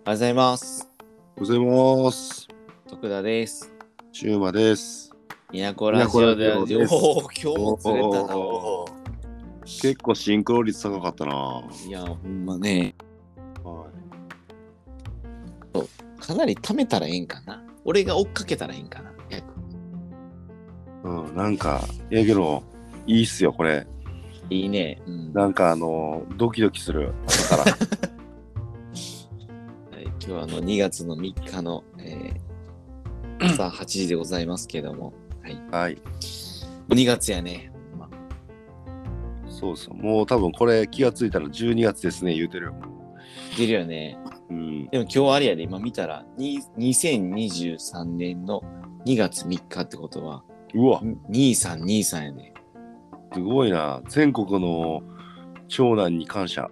おはようございます。 おはようございます。 徳田です。 シューマです。 都ラジオで都ラジオです。 おー、今日も釣れたな。 おー結構シンクロ率高かったな。 いや、ほんまね、 はかなり貯めたらええんかな。俺が追っかけたらええんかな。 なんか、やけど、いいっすよ、これ。 いいね。うん。 なんかドキドキする。朝から。 はい、今日は2月の3日の、朝8時でございますけども。はい。 はい。 もう2月やね。 そうそう。もう多分これ気がついたら12月ですね、言うてるよ。 出るよね。 うん。 でも今日あれやで、今見たら、2023年の2月3日ってことは、 うわ、 2323やね。 すごいな。全国の長男に感謝。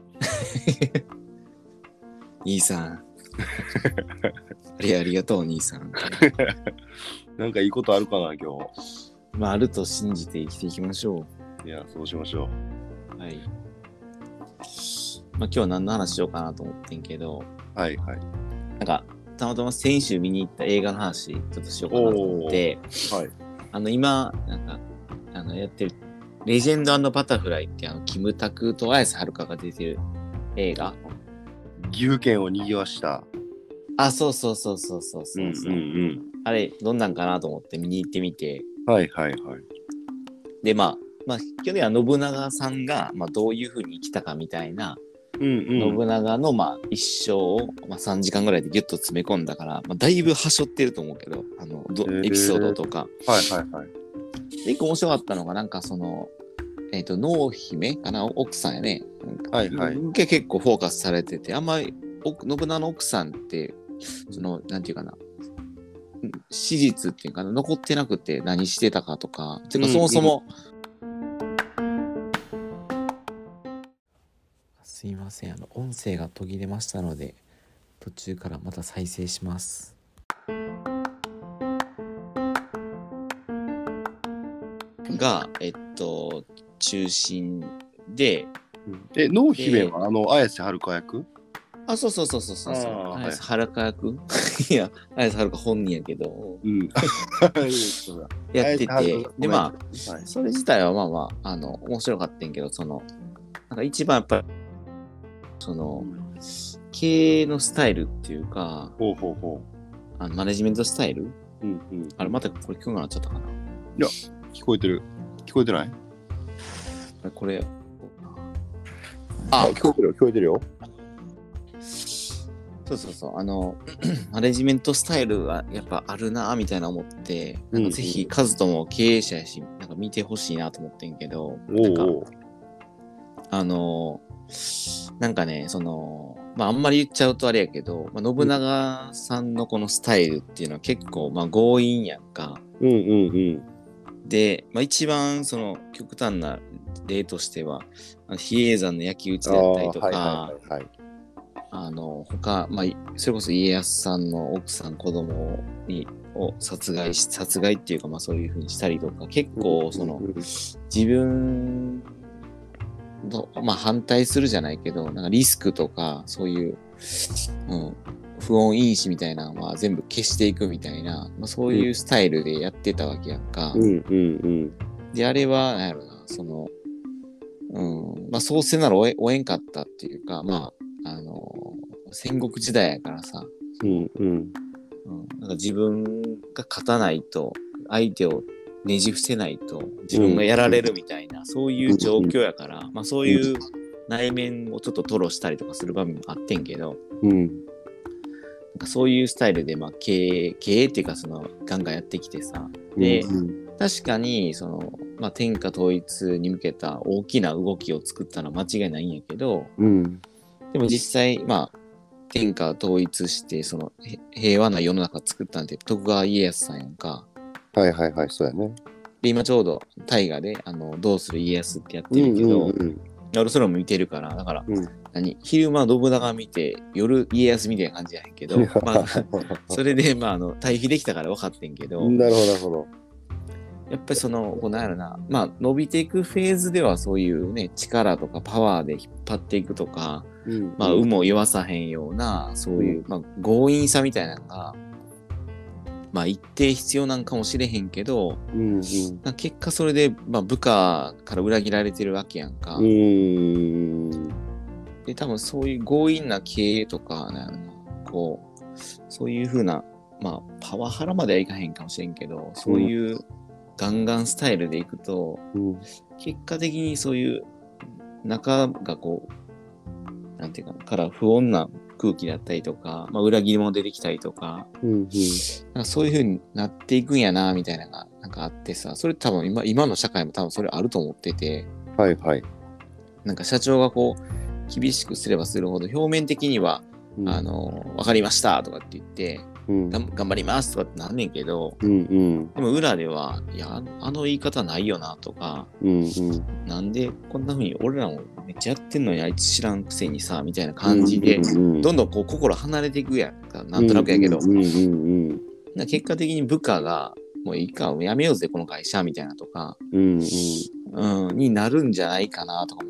兄さん。ありがとう、兄さん。 なんかいいことあるかな、今まあ、あると信じて生きていきましょ日。いや、そうしましょう。はい。まあ、今日は何の話しようかなと思ってんけど、 う。はいはい。 なんか、たまたま先週見に行った映画の話、ちょっとしようかなと思って、 はい。 今、なんか、やってる、レジェンド&バタフライって、キムタクと綾瀬はるかが出てる映画。 岐阜県を賑わした。 あ、そうそうそうそうそうそう。あれ、どんなんかなと思って見に行ってみて。 はいはいはい。 で、まあ、去年は信長さんが、どういう風に生きたかみたいな、信長の、一生を、3時間ぐらいでギュッと詰め込んだから、だいぶはしょってると思うけど、エピソードとか。 はいはいはい。 で、一個面白かったのが、なんか濃姫かな、奥さんやね。 はいはい。 結構フォーカスされてて、あんまり、信長の奥さんって、なんていうかな、史実っていうかな、残ってなくて何してたかとか、てかそもそも、すいません、音声が途切れましたので、途中からまた再生します。が、中心で、 濃姫は綾瀬はるか役？ あ、そう。綾瀬はるか役いや、綾瀬はるか本人やけど、やってて、で、それ自体は面白かったんけど、なんか一番やっぱり、経営のスタイルっていうか、マネジメントスタイル、あれ、またこれ聞こえなくなっちゃったかな。いや、聞こえてる。聞こえてない？ これ、 聞こえてるよ。 そう、マネジメントスタイルがやっぱあるな、みたいな思ってて、ぜひ、カズとも経営者やし、なんか見てほしいなと思ってんけど、なんかね、あんまり言っちゃうとあれやけど、信長さんのこのスタイルっていうのは結構、強引やんか。で、一番極端な例としては、比叡山の焼き討ちであったりとか、他、それこそ家康さんの奥さん、子供を殺害っていうか、そういう風にしたりとか、結構、自分の、反対するじゃないけど、なんかリスクとか、そういう、不穏因子みたいなのは全部消していくみたいな、そういうスタイルでやってたわけやんか。で、あれは、なんやろな、そうせなら追えんかったっていうか、戦国時代やからさ、なんか自分が勝たないと、相手をねじ伏せないと、自分がやられるみたいな、そういう状況やから、そういう内面をちょっと吐露したりとかする場面もあってんけど、なんかそういうスタイルで、経営っていうか、ガンガンやってきてさ、で、確かに、天下統一に向けた大きな動きを作ったのは間違いないんやけど、でも実際、天下統一して、平和な世の中作ったんて徳川家康さんやんか。 そうやね。 で、今ちょうど大河で、どうする家康ってやってるけど、俺それも見てるから、だから、昼間信長見て、夜家康みたいな感じやへんけど、それで、対比できたから分かってんけど、 なるほど。 やっぱりその、こうなんやろな、まあ、伸びていくフェーズではそういうね、力とかパワーで引っ張っていくとか、まあ、有無を言わさへんような、そういう、まあ、強引さみたいなのが、まあ、一定必要なんかもしれへんけど、結果それで、まあ、部下から裏切られてるわけやんか。で、多分そういう強引な経営とか、こう、そういう風な、まあ、パワハラまではいかへんかもしれんけど、そういうガンガンスタイルでいくと、結果的にそういう中がこう、なんていうかな、から不穏な空気だったりとか、まあ、裏切り者出てきたりとか、なんかそういう風になっていくんやな、みたいなのが、なんかあってさ、それ多分今の社会も多分それあると思ってて、 はいはい。 なんか社長がこう、厳しくすればするほど、表面的には、わかりましたとかって言って、頑張りますとかってなんねんけど、でも裏では、いや、あの言い方ないよなとか、なんでこんな風に俺らもめっちゃやってんのにあいつ知らんくせにさ、みたいな感じで、どんどんこう心離れていくやんか、なんとなくやけど、結果的に部下が、もういいか、やめようぜ、この会社、みたいなとか、になるんじゃないかなとか思って。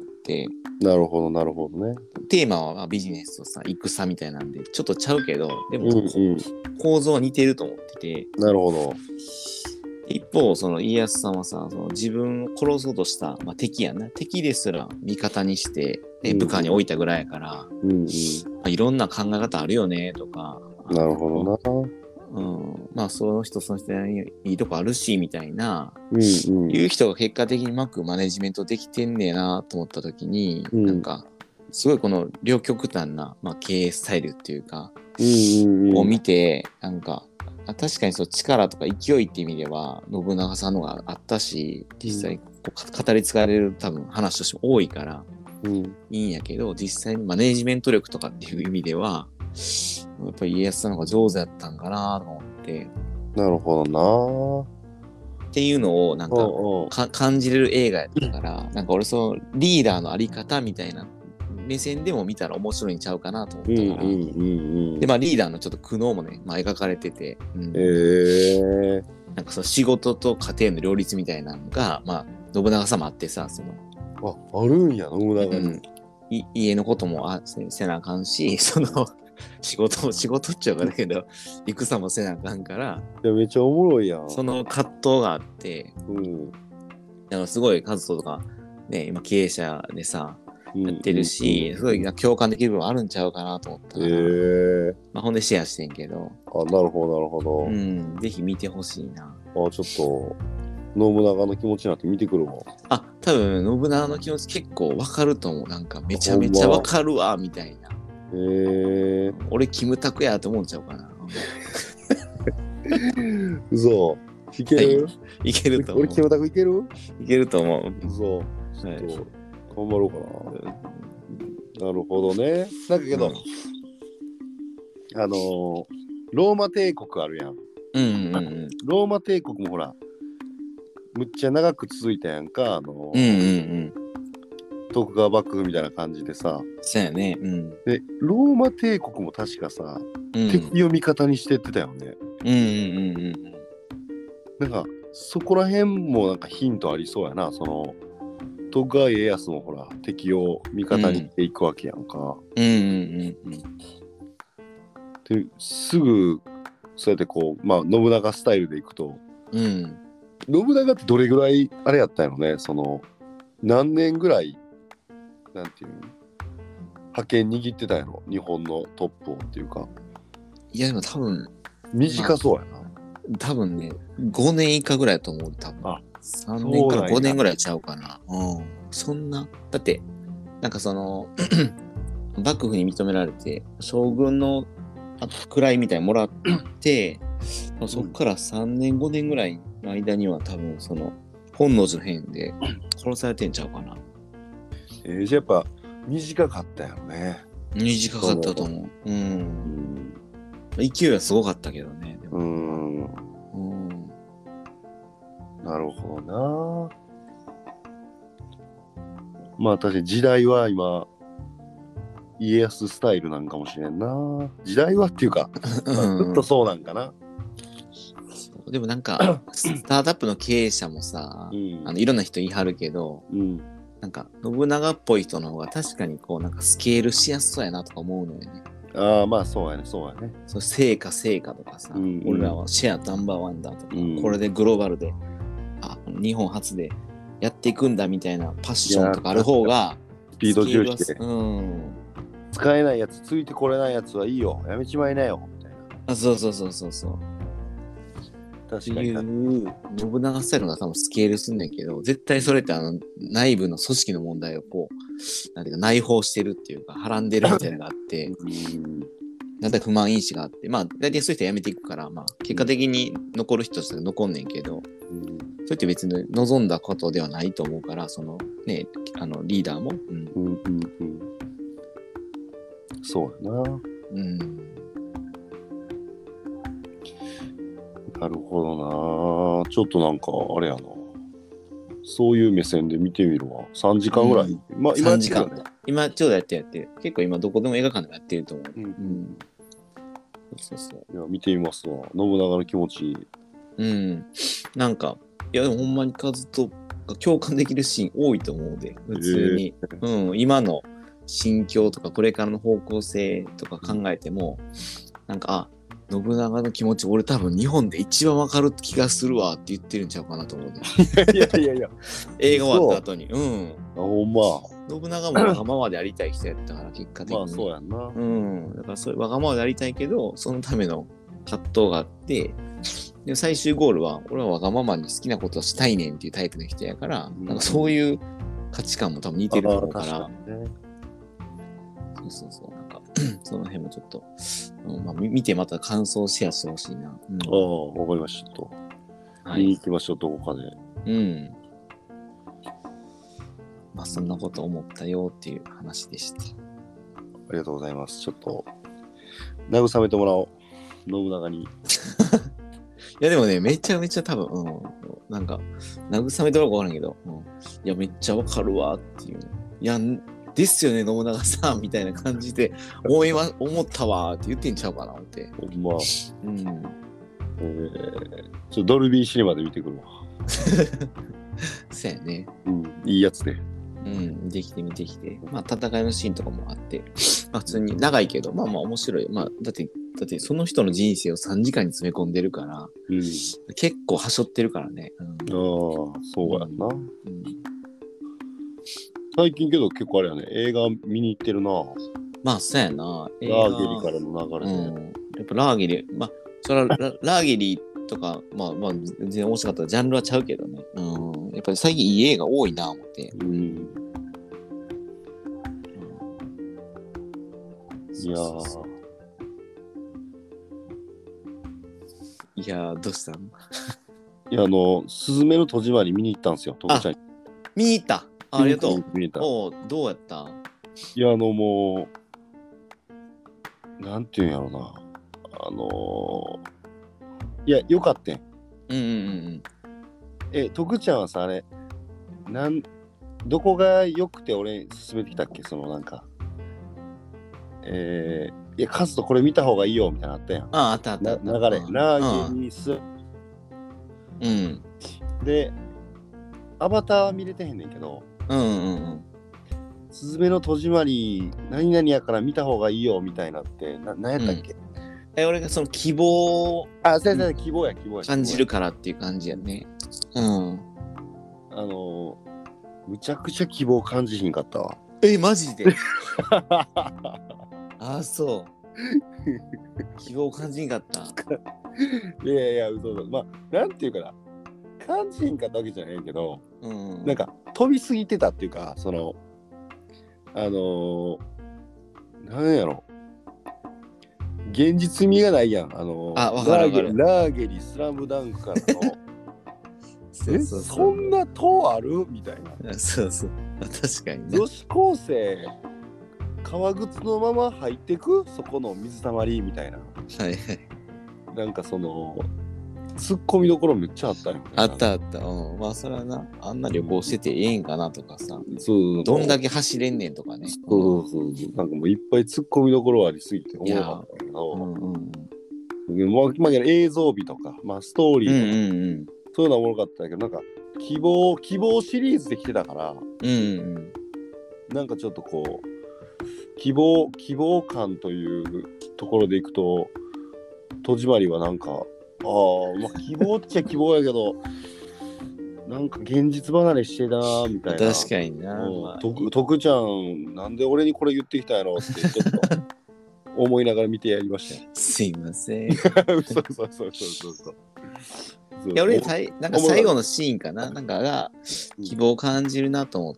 なるほど、なるほどね。 テーマはビジネスとさ、戦みたいなんで、ちょっとちゃうけど、でも、構造は似てると思ってて。 なるほど。 一方、その家康さんはさ、その自分を殺そうとした、まあ、敵やな。敵ですら味方にして、部下に置いたぐらいやから、まあ、いろんな考え方あるよね、とか。 なるほどな。 まあその人にいいとこあるしみたいな、いう人が結果的にうまくマネジメントできてんねえなと思った時に、なんかすごいこの両極端な、まあ、経営スタイルっていうか、を見てなんか確かにそう力とか勢いっていう意味では信長さんのがあったし、実際こう語り継がれる多分話としても多いからいいんやけど、実際にマネジメント力とかっていう意味ではやっぱり家康さんの方が上手やったんかなと思って。 なるほどなっていうのをなんか感じれる映画やったから、なんか俺そのリーダーのあり方みたいな目線でも見たら面白いんちゃうかなと思ったから、でまあリーダーのちょっと苦悩もね、まあ、描かれてて、なんかその仕事と家庭の両立みたいなのがまあ信長さんもあってさ、そのあるんや信長に、 家のこともせなあかんし、その仕事っちゃうからだけど戦もせなあかんから、 いやめっちゃおもろいやん。 その葛藤があって、すごいカズトとかね今経営者でさやってるし、すごい共感できる部分あるんちゃうかなと思ったから、まあ、ほんでシェアしてんけど、 なるほどなるほど、 ぜひ見てほしいな。 ちょっと信長の気持ちになって見てくるわ。 多分信長の気持ち結構わかると思う。なんかめちゃめちゃわかるわみたいな。俺キムタクやと思っちゃうかな。 嘘。いける？ いけると思う。 俺キムタクいける？ いけると思う。 嘘。ちょっと頑張ろうかな。なるほどね。なんかけど、ローマ帝国あるやん。ローマ帝国もほらむっちゃ長く続いたやんか。徳川幕府みたいな感じでさ。 そうやね。 でローマ帝国も確かさ、敵を味方にしてってたよね。なんかそこら辺もなんかヒントありそうやな。その徳川家康もほら敵を味方にしていくわけやんか。ですぐそうやってこうまあ信長スタイルでいくと、信長ってどれぐらいあれやったんやろね。その何年ぐらいなんていうの覇権握ってたんやろ、日本のトップをっていうか。 いやでも多分短そうやな。 多分ね5年以下ぐらいだと思う。多分3年から5年ぐらいちゃうかな。そんなだってなんかその幕府に認められて将軍の位みたいにもらってそっから3年5年ぐらいの間には多分その本能寺の変で殺されてんちゃうかな。 じゃあやっぱ短かったよね。 短かったと思う。勢いはすごかったけどね。でもなるほどな。まあ確かに時代は今家康スタイルなんかもしれんな。時代はっていうか、ずっとそうなんかな。 そうでもなんかスタートアップの経営者もさ、いろんな人言い張るけど、なんか信長っぽい人の方が確かにこうなんかスケールしやすそうやなとか思うのよね。 ああまあそうやねそうやね。 そう成果とかさ、俺らはシェアナンバーワンだとか、これでグローバルで日本初でやっていくんだみたいなパッションとかある方がスピード重視で、使えないやつついてこれないやつはいいよやめちまいなよみたいな。 そう確かに信長スタイルが多分スケールすんねんけど、絶対それって内部の組織の問題をこうなんていうか内包してるっていうかはらんでるみたいなのがあってだいたい不満因子があって、まあ大体そういう人は辞めていくから、まあ結果的に残る人たちが残んねんけど、それって別に望んだことではないと思うから、そのねリーダーも、 そうやな。なるほどな。ちょっとなんかあれやな。そういう目線で見てみるわ。3時間ぐらい。 まあ今3時間。今ちょうどやってる。結構今どこでも映画館でもやってると思う。そう。 いや見てみますわ。信長の気持ちいい。 なんかいやでもほんまにカズと共感できるシーン多いと思うで。普通に。今の心境とかこれからの方向性とか考えてもなんか信長の気持ち俺多分日本で一番わかる気がするわって言ってるんちゃうかなと思うね。 いや映画終わった後にほんま信長もわがままでやりたい人やったから結果的にまあそうやんな。 だからそういうわがままでやりたいけどそのための葛藤があってで最終ゴールは俺はわがままに好きなことをしたいねんっていうタイプの人やから、なんかそういう価値観も多分似てると思うから、そうなんかその辺もちょっと、見てまた感想をシェアしてほしいな。 わかりましたと。見に行きましょうどこかで。 まあそんなこと思ったよっていう話でした。 ありがとうございます。ちょっと慰めてもらおう。信長に。いやでもねめちゃめちゃ多分、なんか慰めてもらうか分からんけど、いやめっちゃわかるわっていう。いやですよね信長さんみたいな感じで思ったわって言ってんちゃうかなって。 ほんま。ちょっとドルビーシネマで見てくるわ。 そうやね。 いいやつで。 見てきて。まあ戦いのシーンとかもあって、普通に長いけど、まあ面白い。だってその人の人生を3時間に詰め込んでるから、結構はしょってるからね。 そうやんな。最近けど結構あれやね、映画見に行ってるな。 まあそうやな。 ラーゲリからの流れで。 やっぱラーゲリ、それはラーゲリとか、全然面白かったジャンルはちゃうけどね。やっぱり最近いい映画多いな思って。いやどうしたの？ いやすずめの戸締まり見に行ったんですよ。 見に行った。ありがとう。 見た。 どうやった？ いやもうなんていうんやろな。いやよかったん。徳ちゃんはさあれどこが良くて俺に勧めてきたっけそのなんかいやカズとこれ見た方がいいよみたいなのあったやん。 あった。 流れラーゲリス。でアバターは見れてへんねんけど。すずめの戸締まり何々やから見た方がいいよみたいなって何やったっけ？ 俺がその希望希望や感じるからっていう感じやね。 むちゃくちゃ希望感じひんかったわ。 マジで？そう希望感じひんかった。 いや嘘なんていうかな感じひんかったわけじゃないけど、なんか飛びすぎてたっていうかそのなんやろ現実味がないやん。 わかるラーゲリスラムダンクからのそんな塔あるみたいな。 そう確かにね。 女子高生革靴のまま入ってくそこの水たまりみたいな。なんかそのツッコミどころめっちゃあったよね。 あった。それはなあんな旅行しててええんかなとかさ、どんだけ走れんねんとかね。 なんかもういっぱいツッコミどころありすぎて思わなかったけど、 まあ、映像美とか、まあ、ストーリーとか、そういうのはおもろかったけど、なんか希望シリーズで来てたから、なんかちょっとこう希望感というところでいくと、戸締まりはなんかまあ、希望っちゃ希望やけどなんか現実離れしてなみたいな。 確かにな、 徳ちゃんなんで俺にこれ言ってきたんやろってちょっと思いながら見てやりましたよ。 すいません。 そういや俺なんか最後のシーンかな、なんかが希望を感じるなと思って、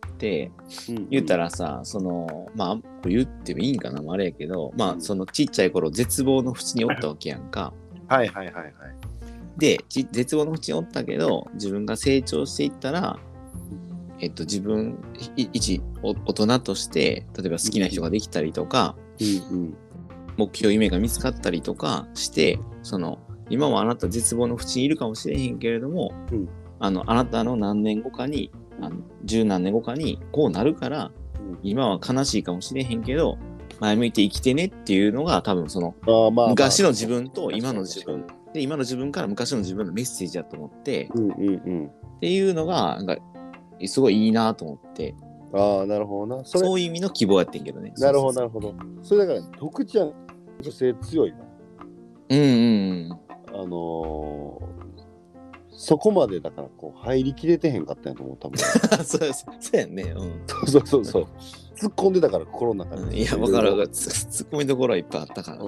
言ったらさ、そのまあこれ言ってもいいんかな、あれやけど、まあそのちっちゃい頃絶望の淵におったわけやんか。で絶望の淵におったけど、自分が成長していったら、自分一大人として例えば好きな人ができたりとか、目標夢が見つかったりとかして、その今はあなた絶望の淵にいるかもしれへんけれども、あなたの何年後かに十何年後かにこうなるから、今は悲しいかもしれへんけど前向いて生きてねっていうのが多分その昔の自分と今の自分で、今の自分から昔の自分のメッセージだと思って、っていうのがなんかすごいいいなと思って。 なるほどな。 そういう意味の希望やってんけどね。 なるほどなるほど。それだから徳ちゃん女性強いな。そこまでだからこう入りきれてへんかったんやと思う、多分。 そうやね。 そう突っ込んでたから心の中に。 いや分かる分かる。突っ込みどころはいっぱいあったから。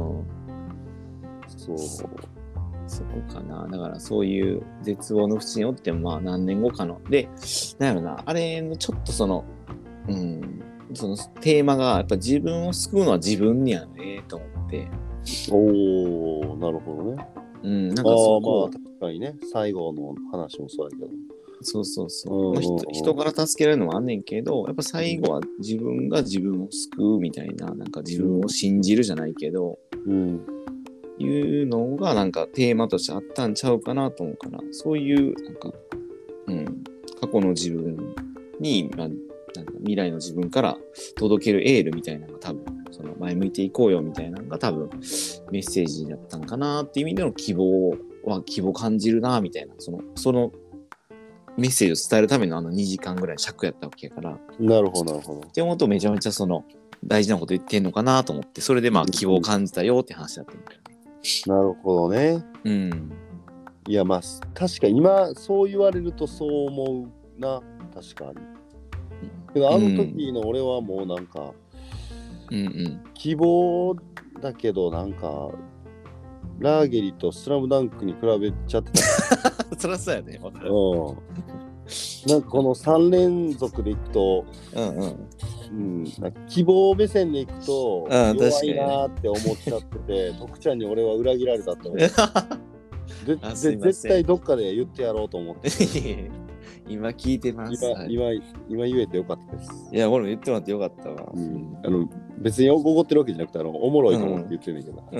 そこかな。だからそういう絶望の淵におってもまあ何年後かので、なんやろな、あれのちょっとそのそのテーマがやっぱ自分を救うのは自分にやねと思って。 なるほどね。 なんかそこ、 まあ確かにね、最後の話もそうやけど。 人から助けられるのもあんねんけど、やっぱ最後は自分が自分を救うみたいな、なんか自分を信じるじゃないけど、いうのがなんかテーマとしてあったんちゃうかなと思うから、そういうなんか、過去の自分に、なんか未来の自分から届けるエールみたいなのが多分、その前向いていこうよみたいなのが多分メッセージだったんかなっていう意味での希望感じるなみたいな、そのメッセージを伝えるための2時間ぐらい尺やったわけやから。 なるほど。 って思うとめちゃめちゃその大事なこと言ってんのかなと思って、それでまあ希望を感じたよって話だったんだよね。 なるほどね。いやまあ確かに今そう言われるとそう思うな、確かに。けど時の俺はもうなんか、希望だけどなんかラーゲリとスラムダンクに比べちゃってた。 そりゃそうやね。 なんかこの3連続でいくと、なんか希望目線でいくと弱いなって思っちゃってて、徳ちゃんに俺は裏切られたと思って絶対どっかで言ってやろうと思って。 今聞いてます。 今言えてよかったです。 いや俺も言ってもらってよかったわ。 別におごってるわけじゃなくておもろいと思って言ってんねんけど。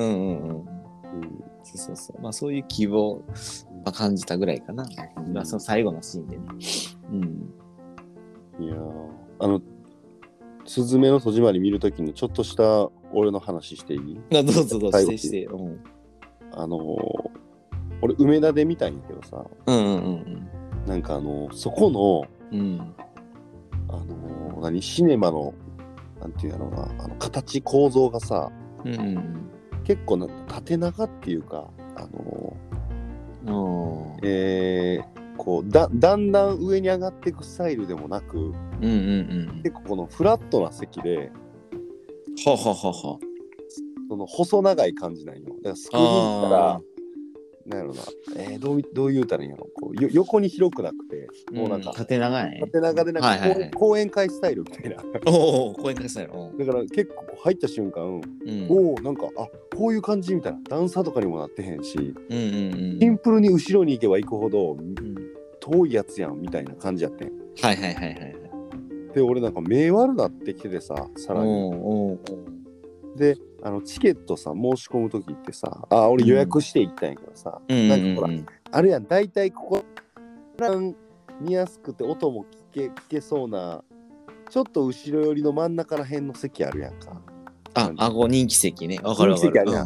そう。まあそういう希望は感じたぐらいかな。その最後のシーンでね。 いやすずめの戸締まり見るときにちょっとした俺の話していい？ どうぞして。 俺梅田で見たんやけどさ。なんかそこのシネマのなんていうやろうな、形構造がさ、結構縦長っていうかこうだんだん上に上がっていくスタイルでもなく、結構このフラットな席で、その細長い感じなんよ。だからスクリーンからなんやろな、どう言うたらいいんやろ、こう横に広くなくて、もうなんか縦長ね。 縦長でなんか講演会スタイルみたいな。 講演会スタイル。だから結構入った瞬間、なんかこういう感じみたいな、段差とかにもなってへんし、シンプルに後ろに行けば行くほど遠いやつやんみたいな感じやってん。で俺なんか目悪なってきててさ、さらに。でチケットさ申し込むときってさ、俺予約して行ったんやけどさ、なんかほら、あれやん、だいたいここ見やすくて音も聞けそうな、ちょっと後ろ寄りの真ん中ら辺の席あるやんか。 人気席ね。わかる。 人気席あるやん。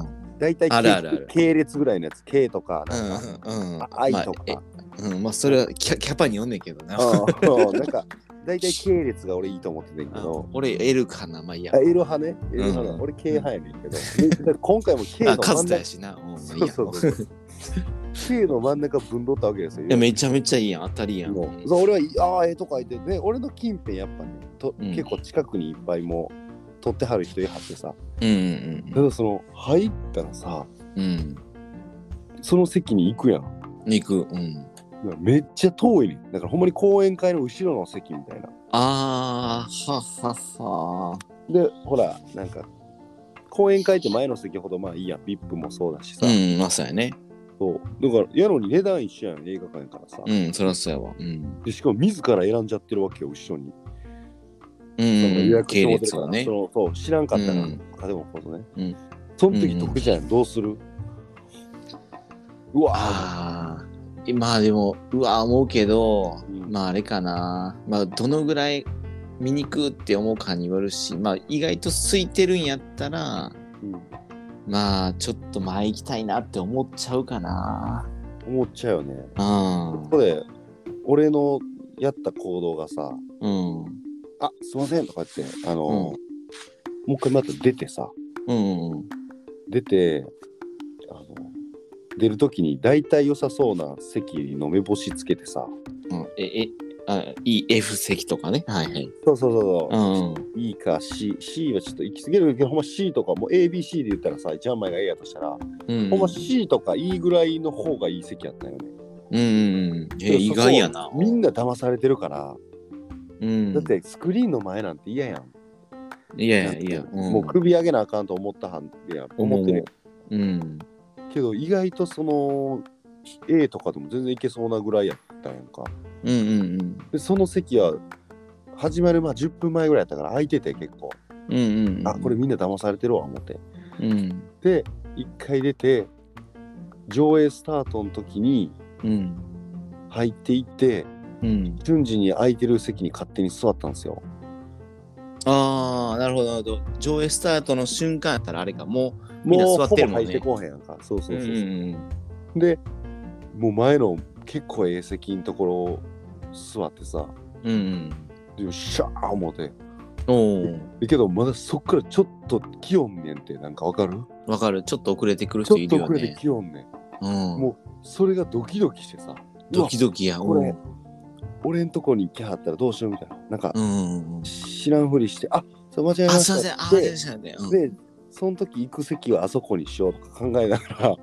だいたいあるあるある系列ぐらいのやつ K とかなんか愛とか、 まあそれはキャパによんねんけどな。 なんかだいたい系列が俺いいと思ってんねんけど、 俺 L かな、まあいいや。 L 派ね、L 派だ、俺 K 派やねんけど、今回も K の真ん中やしな。 そう。K の真ん中ぶんどったわけですよ。 いや、めちゃめちゃいいやん、当たりやん。 そう俺はとか言ってね、俺の近辺やっぱね、結構近くにいっぱいもう取ってはる人いはってさ、ただその入ったらさ、その席に行くやん。 行く。 めっちゃ遠いね。だからほんまに講演会の後ろの席みたいな。 はは。 で、ほら、なんか、講演会って前の席ほどまあいいやん。VIP もそうだしさ。 まあそうやね。 そう。だから、やのに値段一緒やん、映画館やからさ。 そりゃそうやわ。 で、しかも自ら選んじゃってるわけよ、後ろに。 予約系列をね。 そう、知らんかったら、でもほどね。その時得じゃん、どうする？うわまあでも思うけど、まああれかな、まあどのぐらい見に行くって思うかによるし、まあ意外と空いてるんやったら、まあちょっと前行きたいなって思っちゃうかな。 思っちゃうよね。ここで俺のやった行動がさ、あ、すいませんとか言って、もう一回また出てさ、出て出るときに大体良さそうな席の目星つけてさ、 F 席とかね。はいはい。 そう。E か C はちょっと行き過ぎるけど、ほんま C とかもう ABC で言ったらさ、一番前が A やとしたら、ほんま C とか E ぐらいの方がいい席やったよね。 意外やな。 みんな騙されてるから、だってスクリーンの前なんて嫌やん。 いや。 もう首上げなあかんと思ったはんや思ってる。けど意外とその A とかでも全然いけそうなぐらいやったやんか。でその席は始まる10分前ぐらいやったから空いてて結構。あ、これみんな騙されてるわ思って。で一回出て上映スタートの時に入っていって、瞬時に空いてる席に勝手に座ったんですよ。 なるほど。上映スタートの瞬間やったらあれか、もうみんな座ってるもんね。 入ってこへんやんか。そう。で、もう前の結構ええ席のところ座ってさ、でシャー思って。けどまだそっからちょっと気温ねんってなんかわかる？ わかる。ちょっと遅れてくる人いるよね。 ちょっと遅れて気温ねん。もうそれがドキドキしてさ。 ドキドキや。 これ俺んとこに来はったらどうしようみたいな。なんか知らんふりして、あ、それ間違えました。 すいません。 で、その時行く席はあそこにしようとか考えながら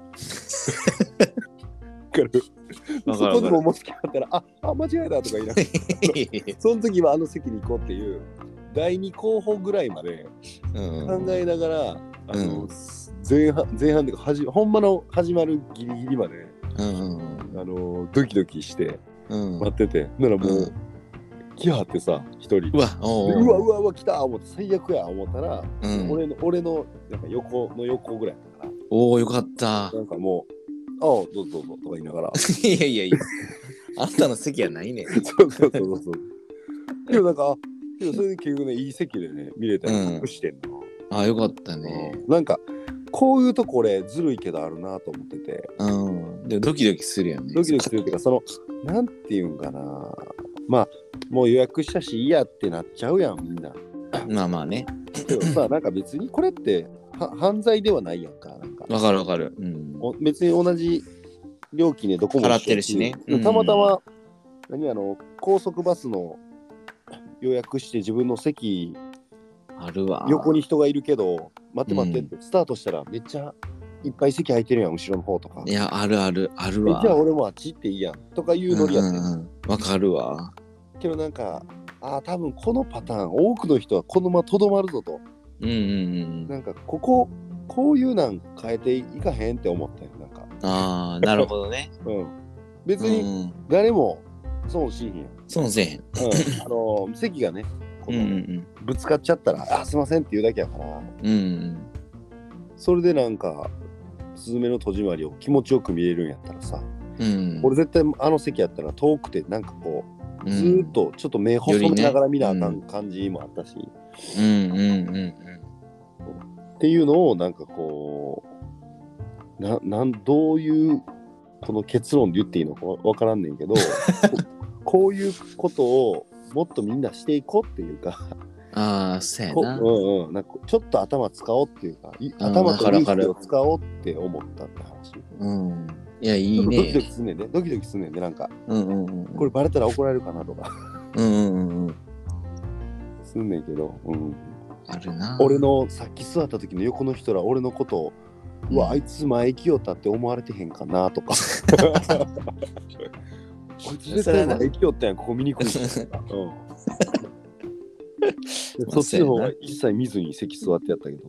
そこでももし来はったら間違えたとか言いながらその時はあの席に行こうっていう第2候補ぐらいまで考えながら、前半でほんまの始まるギリギリまで、ドキドキして待ってて、ならもう来はってさ一人うわ来た思って最悪や思ったら、俺のなんか横ぐらいだからよかった。 なんかもうどうぞとか言いながらいやあんたの席はないね。 そうでもなんかそれで結局ねいい席でね見れたりしてんの。 よかったね。 なんかこういうとこ俺ずるいけどあるなと思ってて。 でもドキドキするよね。 ドキドキするっていうか、そのなんていうんかな、まあもう予約したしいいやってなっちゃうやんみんな。 まあね。 でもさ、なんか別にこれって犯罪ではないやんか。なんかわかる。 別に同じ料金でどこも払ってるしね。 たまたま高速バスの予約して自分の席あるわ。 横に人がいるけど待ってってスタートしたらめっちゃいっぱい席空いてるやん後ろの方とか。 いやあるわ。じゃあ俺もあっち行っていいやんとかいうノリやってわかるわ。 けどなんか多分このパターン多くの人はこのままとどまるぞと。なんかこういうなん変えていかへんって思ったよ。なんかなるほどね。 別に誰も損しへんやん。 損せへん。 席がねぶつかっちゃったらすいませんって言うだけやから、それでなんかスズメの戸締まりを気持ちよく見れるんやったらさ、俺絶対あの席やったら遠くてなんかこうずーっとちょっと目細めながら見なあかん感じもあったし、っていうのをなんかこどういうこの結論で言っていいのか分からんねんけどこういうことをもっとみんなしていこうっていうかそうやな。 なんかちょっと頭使おうっていうか、頭と意識を使おうって思ったって話。 いや、いいね。 ドキドキすんねんね。なんか、これバレたら怒られるかなとか。すんねんけど、 あるな。 俺のさっき座った時の横の人ら俺のことを、うわ、あいつ前行きよったって思われてへんかなとか。あいつ絶対前行きよったやん、ここ見に来るとか。そっちの方が一切見ずに席座ってやったけど。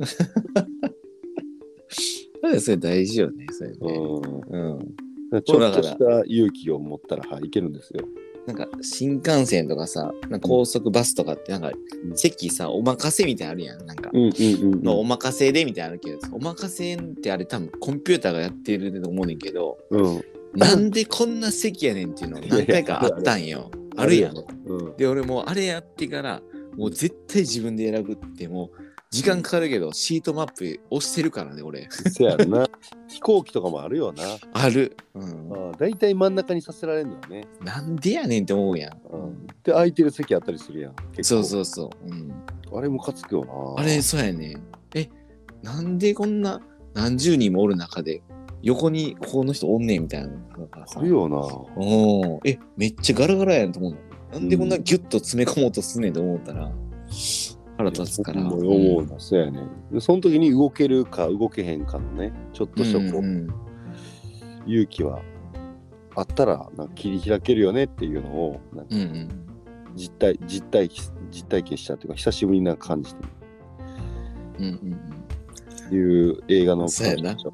それ大事よね、それね。 ちょっとした勇気を持ったら、いけるんですよ。 なんか新幹線とかさ、なんか高速バスとかってなんか席さ、お任せみたいなのあるやん。なんか、のお任せでみたいなのあるけど、お任せってあれ多分コンピューターがやってると思うねんけど、なんでこんな席やねんっていうの何回かあったんよ。あるやん。で、俺もうあれやってから、もう絶対自分で選ぶってもう時間かかるけどシートマップ押してるからね俺。 そうやな。飛行機とかもあるよな。 ある。 だいたい真ん中にさせられるのよね。 なんでやねんって思うやん。 で空いてる席あったりするやん。 そうそうそう。 あれムカつくよな。 あれそうやね。なんでこんな何十人もおる中で横にこの人おんねんみたいなのがさ。あるよな。 めっちゃガラガラやんと思うの。なんでこんなギュッと詰め込もうとすんねんと思ったら腹立つから。 思うな、そうやね。でその時に動けるか動けへんかのね、ちょっとしたこう、勇気はあったらなんか切り開けるよねっていうのをなんか実体験したっていうか久しぶりになんか感じてる。いう映画のそうやな。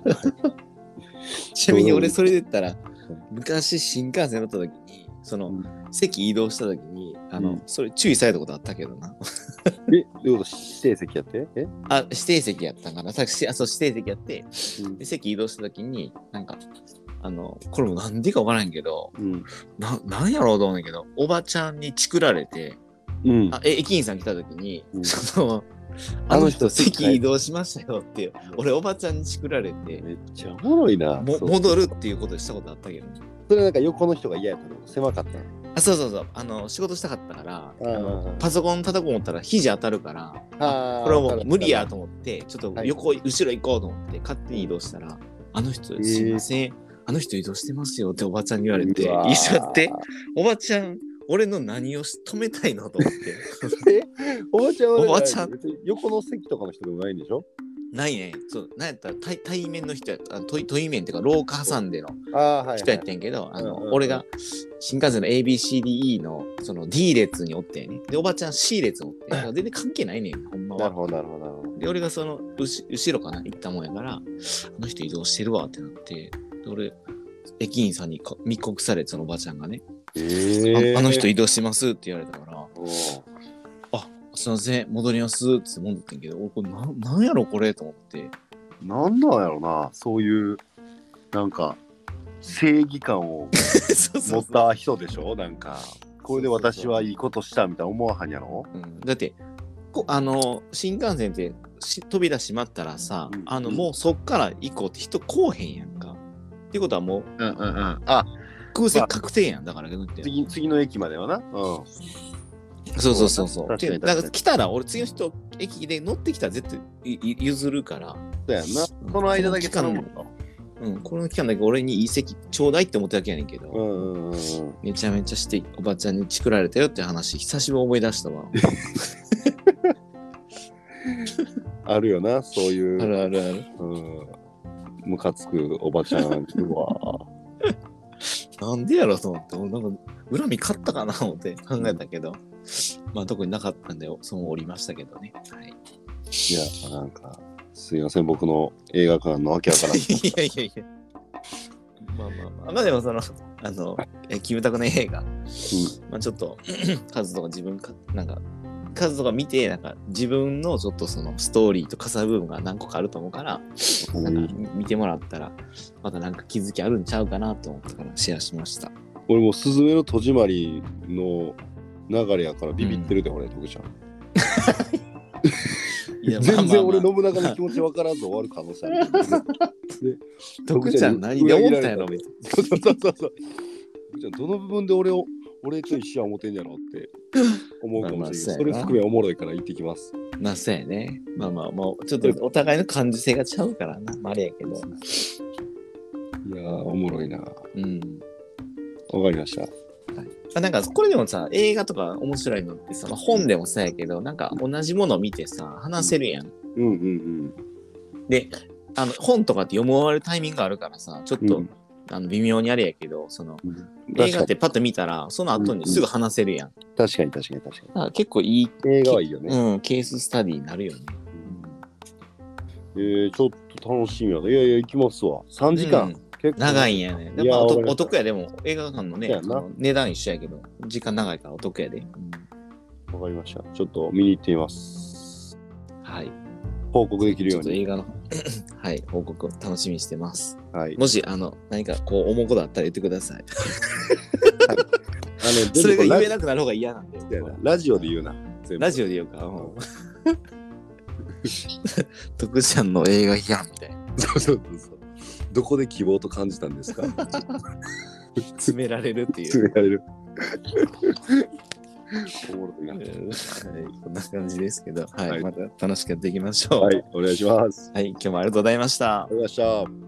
ちなみに俺それで言ったら昔新幹線乗った時にその席移動した時にそれ注意されたことあったけどな。 どういうこと指定席やって？ 指定席やったかな。そう指定席やって、で席移動した時になんかこれもなんでかわからんけど、なんやろうと思うんだけどおばちゃんにチクられて、駅員さん来た時に、あの人席移動しましたよって俺おばちゃんにチクられてめっちゃおもろいな。 戻るっていうことしたことあったけど、 それなんか横の人が嫌やったの？狭かった？ そう仕事したかったからパソコン叩こう思ったら肘当たるからこれはもう無理やと思ってちょっと後ろ行こうと思って勝手に移動したらあの人すいませんあの人移動してますよっておばちゃんに言われて一緒やっておばちゃん俺の何を止めたいのと思っておばちゃん横の席とかの人でもないんでしょ？ ないね。なんやったら対面の人やった対面っていうか廊下挟んでの人やってんけど、俺が新幹線の ABCDE のその D 列におってね。でおばちゃん C 列おって全然関係ないねんほんまは。 なるほど。 で俺がその後ろかな行ったもんやからあの人移動してるわってなってで俺駅員さんに密告されてそのおばちゃんがね、あの人移動しますって言われたからすいません戻りますって戻ってんけど俺これなんやろこれと思ってなんやろなそういうなんか正義感を持った人でしょなんかこれで私はいいことしたみたいな思わはんやろ、 だって新幹線って扉閉まったらさ、もうそっから行こうって人来おへんやんかっていうことはもう、空席確定やんだから次の駅まではな。 そうだから来たら俺次の人駅で乗ってきたら絶対譲るからそうやんな。その間だけ頼むと。 この期間だけ俺にいい席ちょうだいって思っただけやねんけど、めちゃめちゃしておばちゃんにチクられたよって話久しぶり思い出したわ。 あるよなそういう。 ある。 ムカつくおばちゃんは。 なんでやろと思って俺なんか恨み勝ったかなと思って考えたけど、まあ特になかったんでそうおりましたけどね。はい。 いやなんかすいません僕の映画館のわけわからん。 いや。まあでもキムタクの映画、まあちょっとカズとか自分なんかカズとか見てなんか自分のちょっとそのストーリーと重なる部分が何個かあると思うからなんか見てもらったらまたなんか気づきあるんちゃうかなと思ったからシェアしました。 俺もスズメの戸締まりの流れやからビビってるで、俺徳ちゃん。 いや全然俺信長の気持ち分からず終わる可能性ある。 徳ちゃん何で思ったんやろみたいな。 そう。徳ちゃんどの部分で俺と一緒は思ってんやろって思うかもしれない。それ含めおもろいから行ってきます。 まあそうやね。まあもうちょっとお互いの感受性がちゃうからな。あれやけど。 いやーおもろいな。 うん。 わかりました。 なんかこれでもさ、映画とか面白いのってさ、本でもそうやけど、なんか同じものを見てさ、話せるやん。で、本とかって読み終わるタイミングがあるからさ、ちょっと、微妙にあれやけど、映画ってパッと見たら、その後にすぐ話せるやん。 確かに。 結構いい。 映画はいいよね。 ケーススタディになるよね。 ちょっと楽しみやね。いや行きますわ。3時間。 長いんやね。でもお得やでも映画館のね、値段一緒やけど、時間長いからお得やで。 わかりました。ちょっと見に行ってみます。 はい。 報告できるように。 ちょっと映画のはい、報告を楽しみにしてます。 はい。 もし何かこう思うことあったら言ってください。 はい、 それが言えなくなる方が嫌なんで。 ラジオで言うな。 ラジオで言うか。徳ちゃんの映画批判みたいな。 そう。どこで希望と感じたんですか？ 詰められるっていう。 詰められる。おもろいな。 こんな感じですけど、はい、また楽しくやっていきましょう。 はい、お願いします。 はい、今日もありがとうございました。 ありがとうございました。